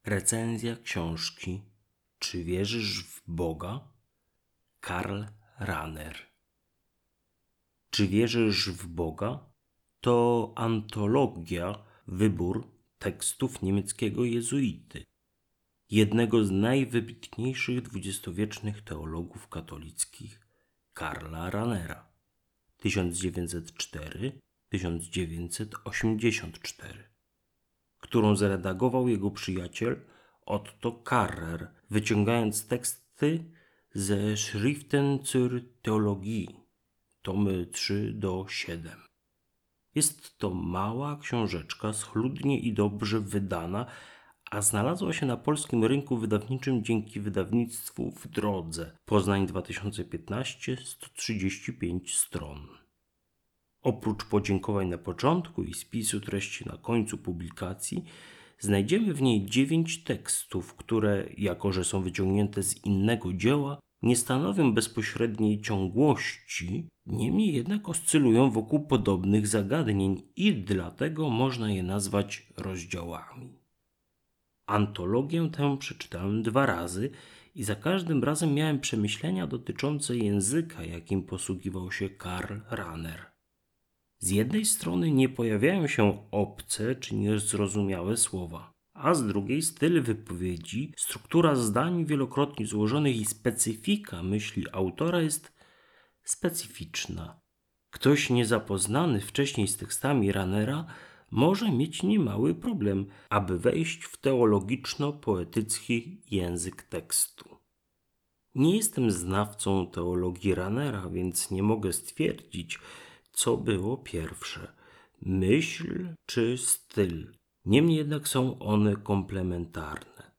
Recenzja książki Czy wierzysz w Boga? Karl Rahner. Czy wierzysz w Boga? To antologia, wybór tekstów niemieckiego jezuity, jednego z najwybitniejszych dwudziestowiecznych teologów katolickich, Karla Rahnera 1904-1984, którą zredagował jego przyjaciel Otto Karrer, wyciągając teksty ze Schriften zur Theologie, tomy 3-7. Jest to mała książeczka, schludnie i dobrze wydana, a znalazła się na polskim rynku wydawniczym dzięki wydawnictwu W Drodze. Poznań 2015, 135 stron. Oprócz podziękowań na początku i spisu treści na końcu publikacji, znajdziemy w niej 9 tekstów, które, jako że są wyciągnięte z innego dzieła, nie stanowią bezpośredniej ciągłości, niemniej jednak oscylują wokół podobnych zagadnień i dlatego można je nazwać rozdziałami. Antologię tę przeczytałem 2 razy i za każdym razem miałem przemyślenia dotyczące języka, jakim posługiwał się Karl Rahner. Z jednej strony nie pojawiają się obce czy niezrozumiałe słowa, a z drugiej styl wypowiedzi, struktura zdań wielokrotnie złożonych i specyfika myśli autora jest specyficzna. Ktoś niezapoznany wcześniej z tekstami Rahnera może mieć niemały problem, aby wejść w teologiczno-poetycki język tekstu. Nie jestem znawcą teologii Rahnera, więc nie mogę stwierdzić, co było pierwsze, myśl czy styl. Niemniej jednak są one komplementarne.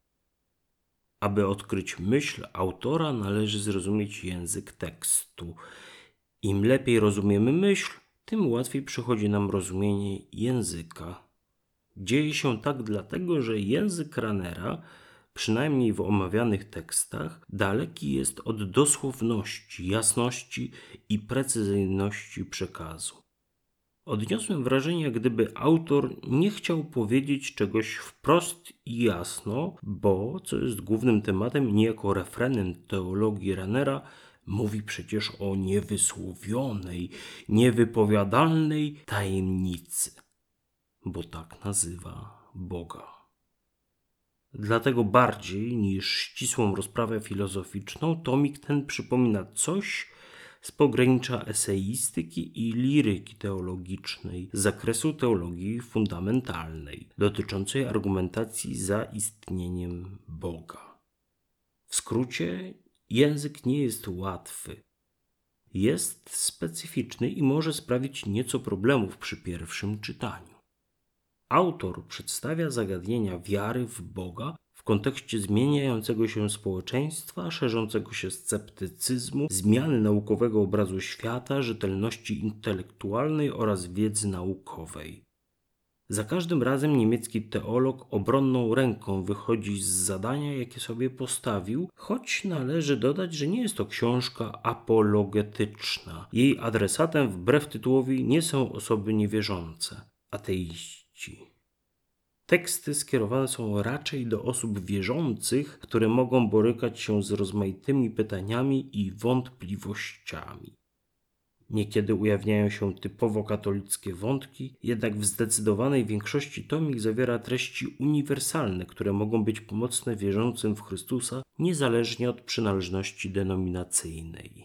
Aby odkryć myśl autora, należy zrozumieć język tekstu. Im lepiej rozumiemy myśl, tym łatwiej przychodzi nam rozumienie języka. Dzieje się tak dlatego, że język Rahnera, przynajmniej w omawianych tekstach, daleki jest od dosłowności, jasności i precyzyjności przekazu. Odniosłem wrażenie, jak gdyby autor nie chciał powiedzieć czegoś wprost i jasno, bo, co jest głównym tematem i niejako refrenem teologii Rahnera, mówi przecież o niewysłowionej, niewypowiadalnej tajemnicy, bo tak nazywa Boga. Dlatego bardziej niż ścisłą rozprawę filozoficzną, tomik ten przypomina coś z pogranicza eseistyki i liryki teologicznej z zakresu teologii fundamentalnej, dotyczącej argumentacji za istnieniem Boga. W skrócie, język nie jest łatwy. Jest specyficzny i może sprawić nieco problemów przy pierwszym czytaniu. Autor przedstawia zagadnienia wiary w Boga w kontekście zmieniającego się społeczeństwa, szerzącego się sceptycyzmu, zmiany naukowego obrazu świata, rzetelności intelektualnej oraz wiedzy naukowej. Za każdym razem niemiecki teolog obronną ręką wychodzi z zadania, jakie sobie postawił, choć należy dodać, że nie jest to książka apologetyczna. Jej adresatem wbrew tytułowi nie są osoby niewierzące, ateiści. Teksty skierowane są raczej do osób wierzących, które mogą borykać się z rozmaitymi pytaniami i wątpliwościami. Niekiedy ujawniają się typowo katolickie wątki, jednak w zdecydowanej większości tomik zawiera treści uniwersalne, które mogą być pomocne wierzącym w Chrystusa, niezależnie od przynależności denominacyjnej.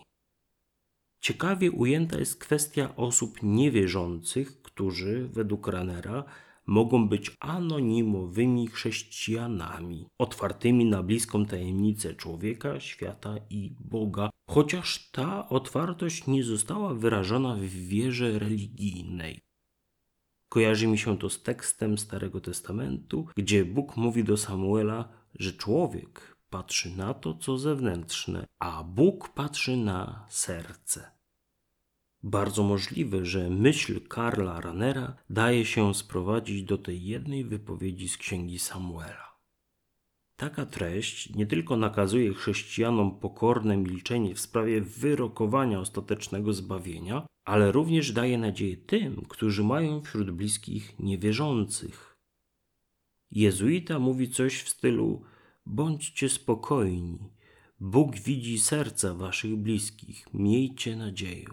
Ciekawie ujęta jest kwestia osób niewierzących, którzy, według Rahnera, mogą być anonimowymi chrześcijanami, otwartymi na bliską tajemnicę człowieka, świata i Boga, chociaż ta otwartość nie została wyrażona w wierze religijnej. Kojarzy mi się to z tekstem Starego Testamentu, gdzie Bóg mówi do Samuela, że człowiek patrzy na to, co zewnętrzne, a Bóg patrzy na serce. Bardzo możliwe, że myśl Karla Rahnera daje się sprowadzić do tej jednej wypowiedzi z księgi Samuela. Taka treść nie tylko nakazuje chrześcijanom pokorne milczenie w sprawie wyrokowania ostatecznego zbawienia, ale również daje nadzieję tym, którzy mają wśród bliskich niewierzących. Jezuita mówi coś w stylu: bądźcie spokojni, Bóg widzi serca waszych bliskich, miejcie nadzieję.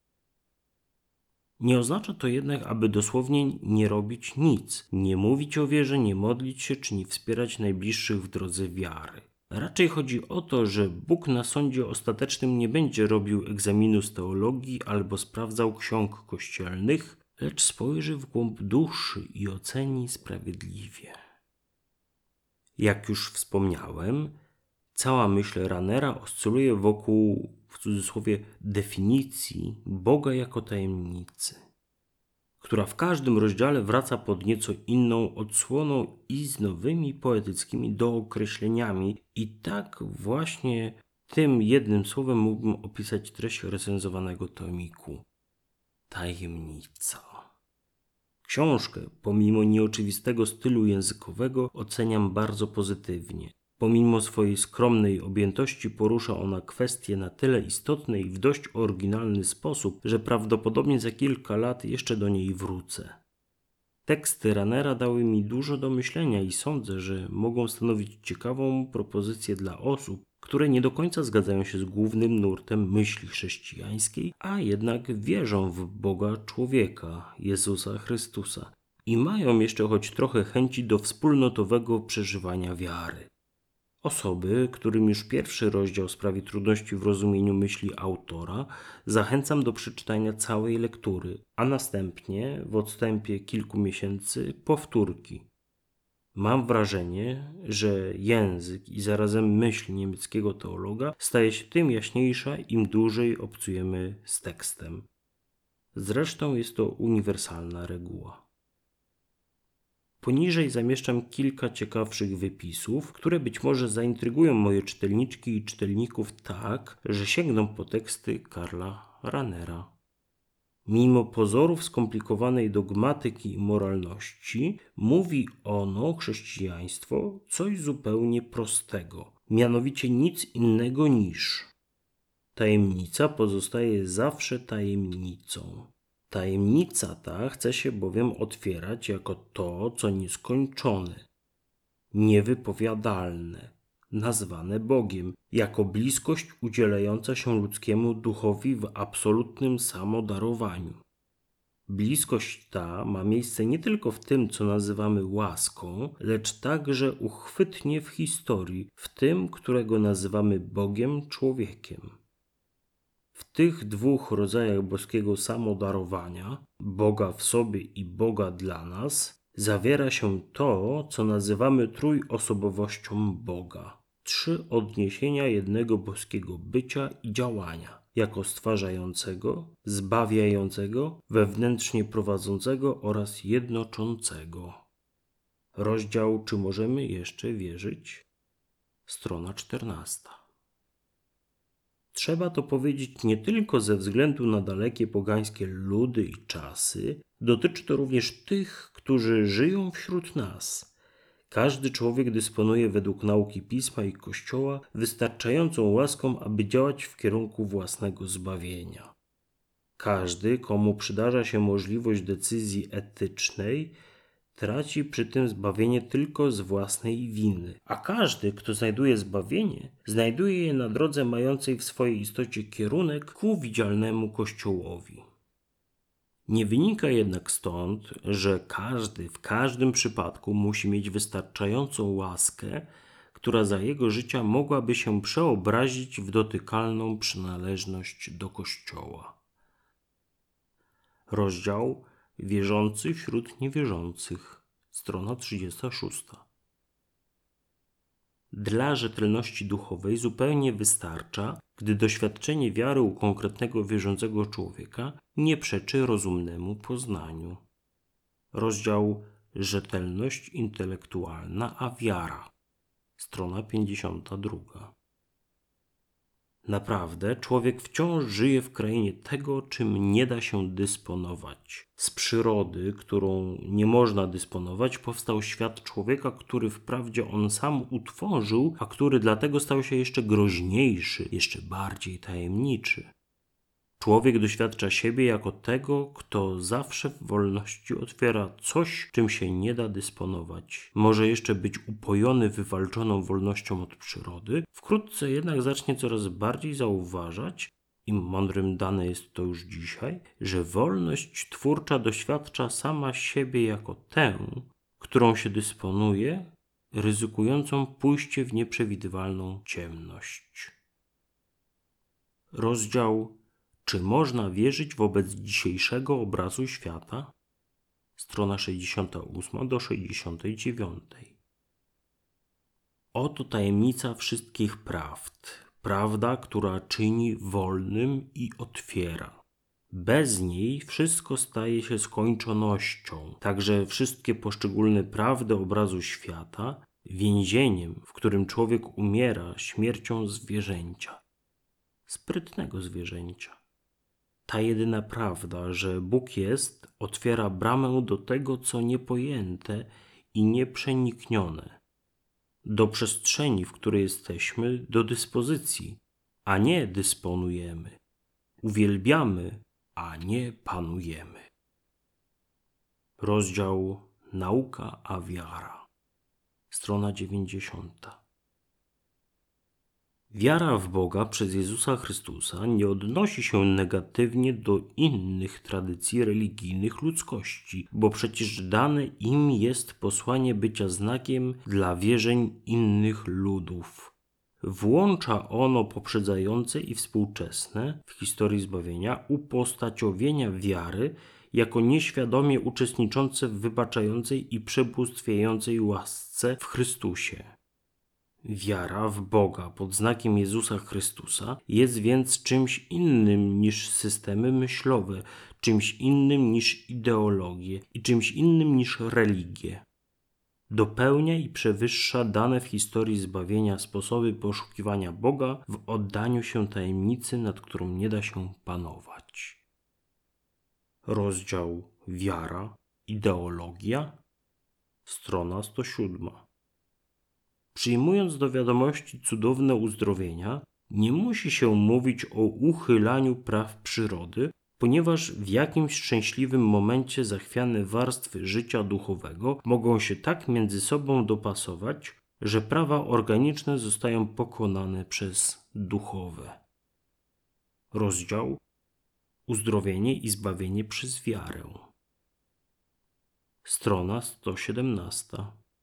Nie oznacza to jednak, aby dosłownie nie robić nic, nie mówić o wierze, nie modlić się czy nie wspierać najbliższych w drodze wiary. Raczej chodzi o to, że Bóg na sądzie ostatecznym nie będzie robił egzaminu z teologii albo sprawdzał ksiąg kościelnych, lecz spojrzy w głąb duszy i oceni sprawiedliwie. Jak już wspomniałem, cała myśl Ranera oscyluje wokół, w cudzysłowie, definicji Boga jako tajemnicy, która w każdym rozdziale wraca pod nieco inną odsłoną i z nowymi poetyckimi dookreśleniami. I tak właśnie tym jednym słowem mógłbym opisać treść recenzowanego tomiku. Tajemnica. Książkę, pomimo nieoczywistego stylu językowego, oceniam bardzo pozytywnie. Pomimo swojej skromnej objętości porusza ona kwestie na tyle istotne i w dość oryginalny sposób, że prawdopodobnie za kilka lat jeszcze do niej wrócę. Teksty Ranera dały mi dużo do myślenia i sądzę, że mogą stanowić ciekawą propozycję dla osób, które nie do końca zgadzają się z głównym nurtem myśli chrześcijańskiej, a jednak wierzą w Boga człowieka, Jezusa Chrystusa i mają jeszcze choć trochę chęci do wspólnotowego przeżywania wiary. Osoby, którym już pierwszy rozdział sprawi trudności w rozumieniu myśli autora, zachęcam do przeczytania całej lektury, a następnie w odstępie kilku miesięcy powtórki. Mam wrażenie, że język i zarazem myśl niemieckiego teologa staje się tym jaśniejsza, im dłużej obcujemy z tekstem. Zresztą jest to uniwersalna reguła. Poniżej zamieszczam kilka ciekawszych wypisów, które być może zaintrygują moje czytelniczki i czytelników tak, że sięgną po teksty Karla Ranera. Mimo pozorów skomplikowanej dogmatyki i moralności, mówi ono, chrześcijaństwo, coś zupełnie prostego, mianowicie nic innego niż tajemnica pozostaje zawsze tajemnicą. Tajemnica ta chce się bowiem otwierać jako to, co nieskończone, niewypowiadalne, nazwane Bogiem, jako bliskość udzielająca się ludzkiemu duchowi w absolutnym samodarowaniu. Bliskość ta ma miejsce nie tylko w tym, co nazywamy łaską, lecz także uchwytnie w historii, w tym, którego nazywamy Bogiem człowiekiem. W tych dwóch rodzajach boskiego samodarowania, Boga w sobie i Boga dla nas, zawiera się to, co nazywamy trójosobowością Boga. 3 odniesienia jednego boskiego bycia i działania, jako stwarzającego, zbawiającego, wewnętrznie prowadzącego oraz jednoczącego. Rozdział Czy możemy jeszcze wierzyć? Strona 14. Trzeba to powiedzieć nie tylko ze względu na dalekie pogańskie ludy i czasy, dotyczy to również tych, którzy żyją wśród nas. Każdy człowiek dysponuje według nauki Pisma i Kościoła wystarczającą łaską, aby działać w kierunku własnego zbawienia. Każdy, komu przydarza się możliwość decyzji etycznej, traci przy tym zbawienie tylko z własnej winy, a każdy, kto znajduje zbawienie, znajduje je na drodze mającej w swojej istocie kierunek ku widzialnemu Kościołowi. Nie wynika jednak stąd, że każdy w każdym przypadku musi mieć wystarczającą łaskę, która za jego życia mogłaby się przeobrazić w dotykalną przynależność do Kościoła. Rozdział Wierzący wśród niewierzących, strona 36. Dla rzetelności duchowej zupełnie wystarcza, gdy doświadczenie wiary u konkretnego wierzącego człowieka nie przeczy rozumnemu poznaniu. Rozdział Rzetelność intelektualna a wiara, strona 52. Naprawdę człowiek wciąż żyje w krainie tego, czym nie da się dysponować. Z przyrody, którą nie można dysponować, powstał świat człowieka, który wprawdzie on sam utworzył, a który dlatego stał się jeszcze groźniejszy, jeszcze bardziej tajemniczy. Człowiek doświadcza siebie jako tego, kto zawsze w wolności otwiera coś, czym się nie da dysponować. Może jeszcze być upojony wywalczoną wolnością od przyrody, wkrótce jednak zacznie coraz bardziej zauważać, im mądrym dane jest to już dzisiaj, że wolność twórcza doświadcza sama siebie jako tę, którą się dysponuje, ryzykującą pójście w nieprzewidywalną ciemność. Rozdział Czy można wierzyć wobec dzisiejszego obrazu świata? Strona 68 do 69. Oto tajemnica wszystkich prawd. Prawda, która czyni wolnym i otwiera. Bez niej wszystko staje się skończonością, także wszystkie poszczególne prawdy obrazu świata, więzieniem, w którym człowiek umiera śmiercią zwierzęcia. Sprytnego zwierzęcia. Ta jedyna prawda, że Bóg jest, otwiera bramę do tego, co niepojęte i nieprzeniknione. Do przestrzeni, w której jesteśmy, do dyspozycji, a nie dysponujemy. Uwielbiamy, a nie panujemy. Rozdział Nauka a wiara. Strona 90. Wiara w Boga przez Jezusa Chrystusa nie odnosi się negatywnie do innych tradycji religijnych ludzkości, bo przecież dane im jest posłanie bycia znakiem dla wierzeń innych ludów. Włącza ono poprzedzające i współczesne w historii zbawienia upostaciowienia wiary jako nieświadomie uczestniczące w wybaczającej i przebóstwiającej łasce w Chrystusie. Wiara w Boga pod znakiem Jezusa Chrystusa jest więc czymś innym niż systemy myślowe, czymś innym niż ideologie i czymś innym niż religie. Dopełnia i przewyższa dane w historii zbawienia sposoby poszukiwania Boga w oddaniu się tajemnicy, nad którą nie da się panować. Rozdział Wiara, ideologia, strona 107. Przyjmując do wiadomości cudowne uzdrowienia, nie musi się mówić o uchylaniu praw przyrody, ponieważ w jakimś szczęśliwym momencie zachwiane warstwy życia duchowego mogą się tak między sobą dopasować, że prawa organiczne zostają pokonane przez duchowe. Rozdział Uzdrowienie i zbawienie przez wiarę. Strona 117.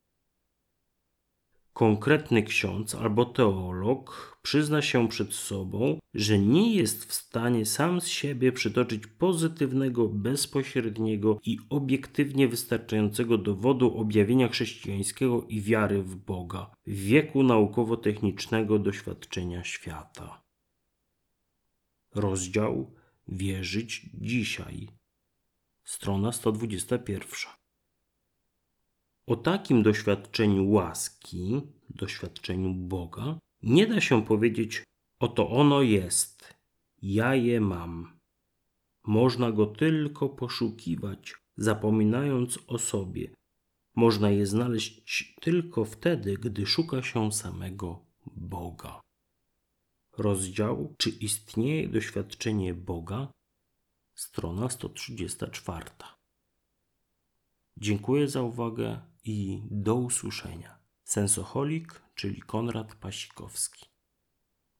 Konkretny ksiądz albo teolog przyzna się przed sobą, że nie jest w stanie sam z siebie przytoczyć pozytywnego, bezpośredniego i obiektywnie wystarczającego dowodu objawienia chrześcijańskiego i wiary w Boga w wieku naukowo-technicznego doświadczenia świata. Rozdział Wierzyć dzisiaj. Strona 121. O takim doświadczeniu łaski, doświadczeniu Boga, nie da się powiedzieć: oto ono jest, ja je mam. Można go tylko poszukiwać, zapominając o sobie. Można je znaleźć tylko wtedy, gdy szuka się samego Boga. Rozdział Czy istnieje doświadczenie Boga? Strona 134. Dziękuję za uwagę i do usłyszenia. Sensoholik, czyli Konrad Pasikowski.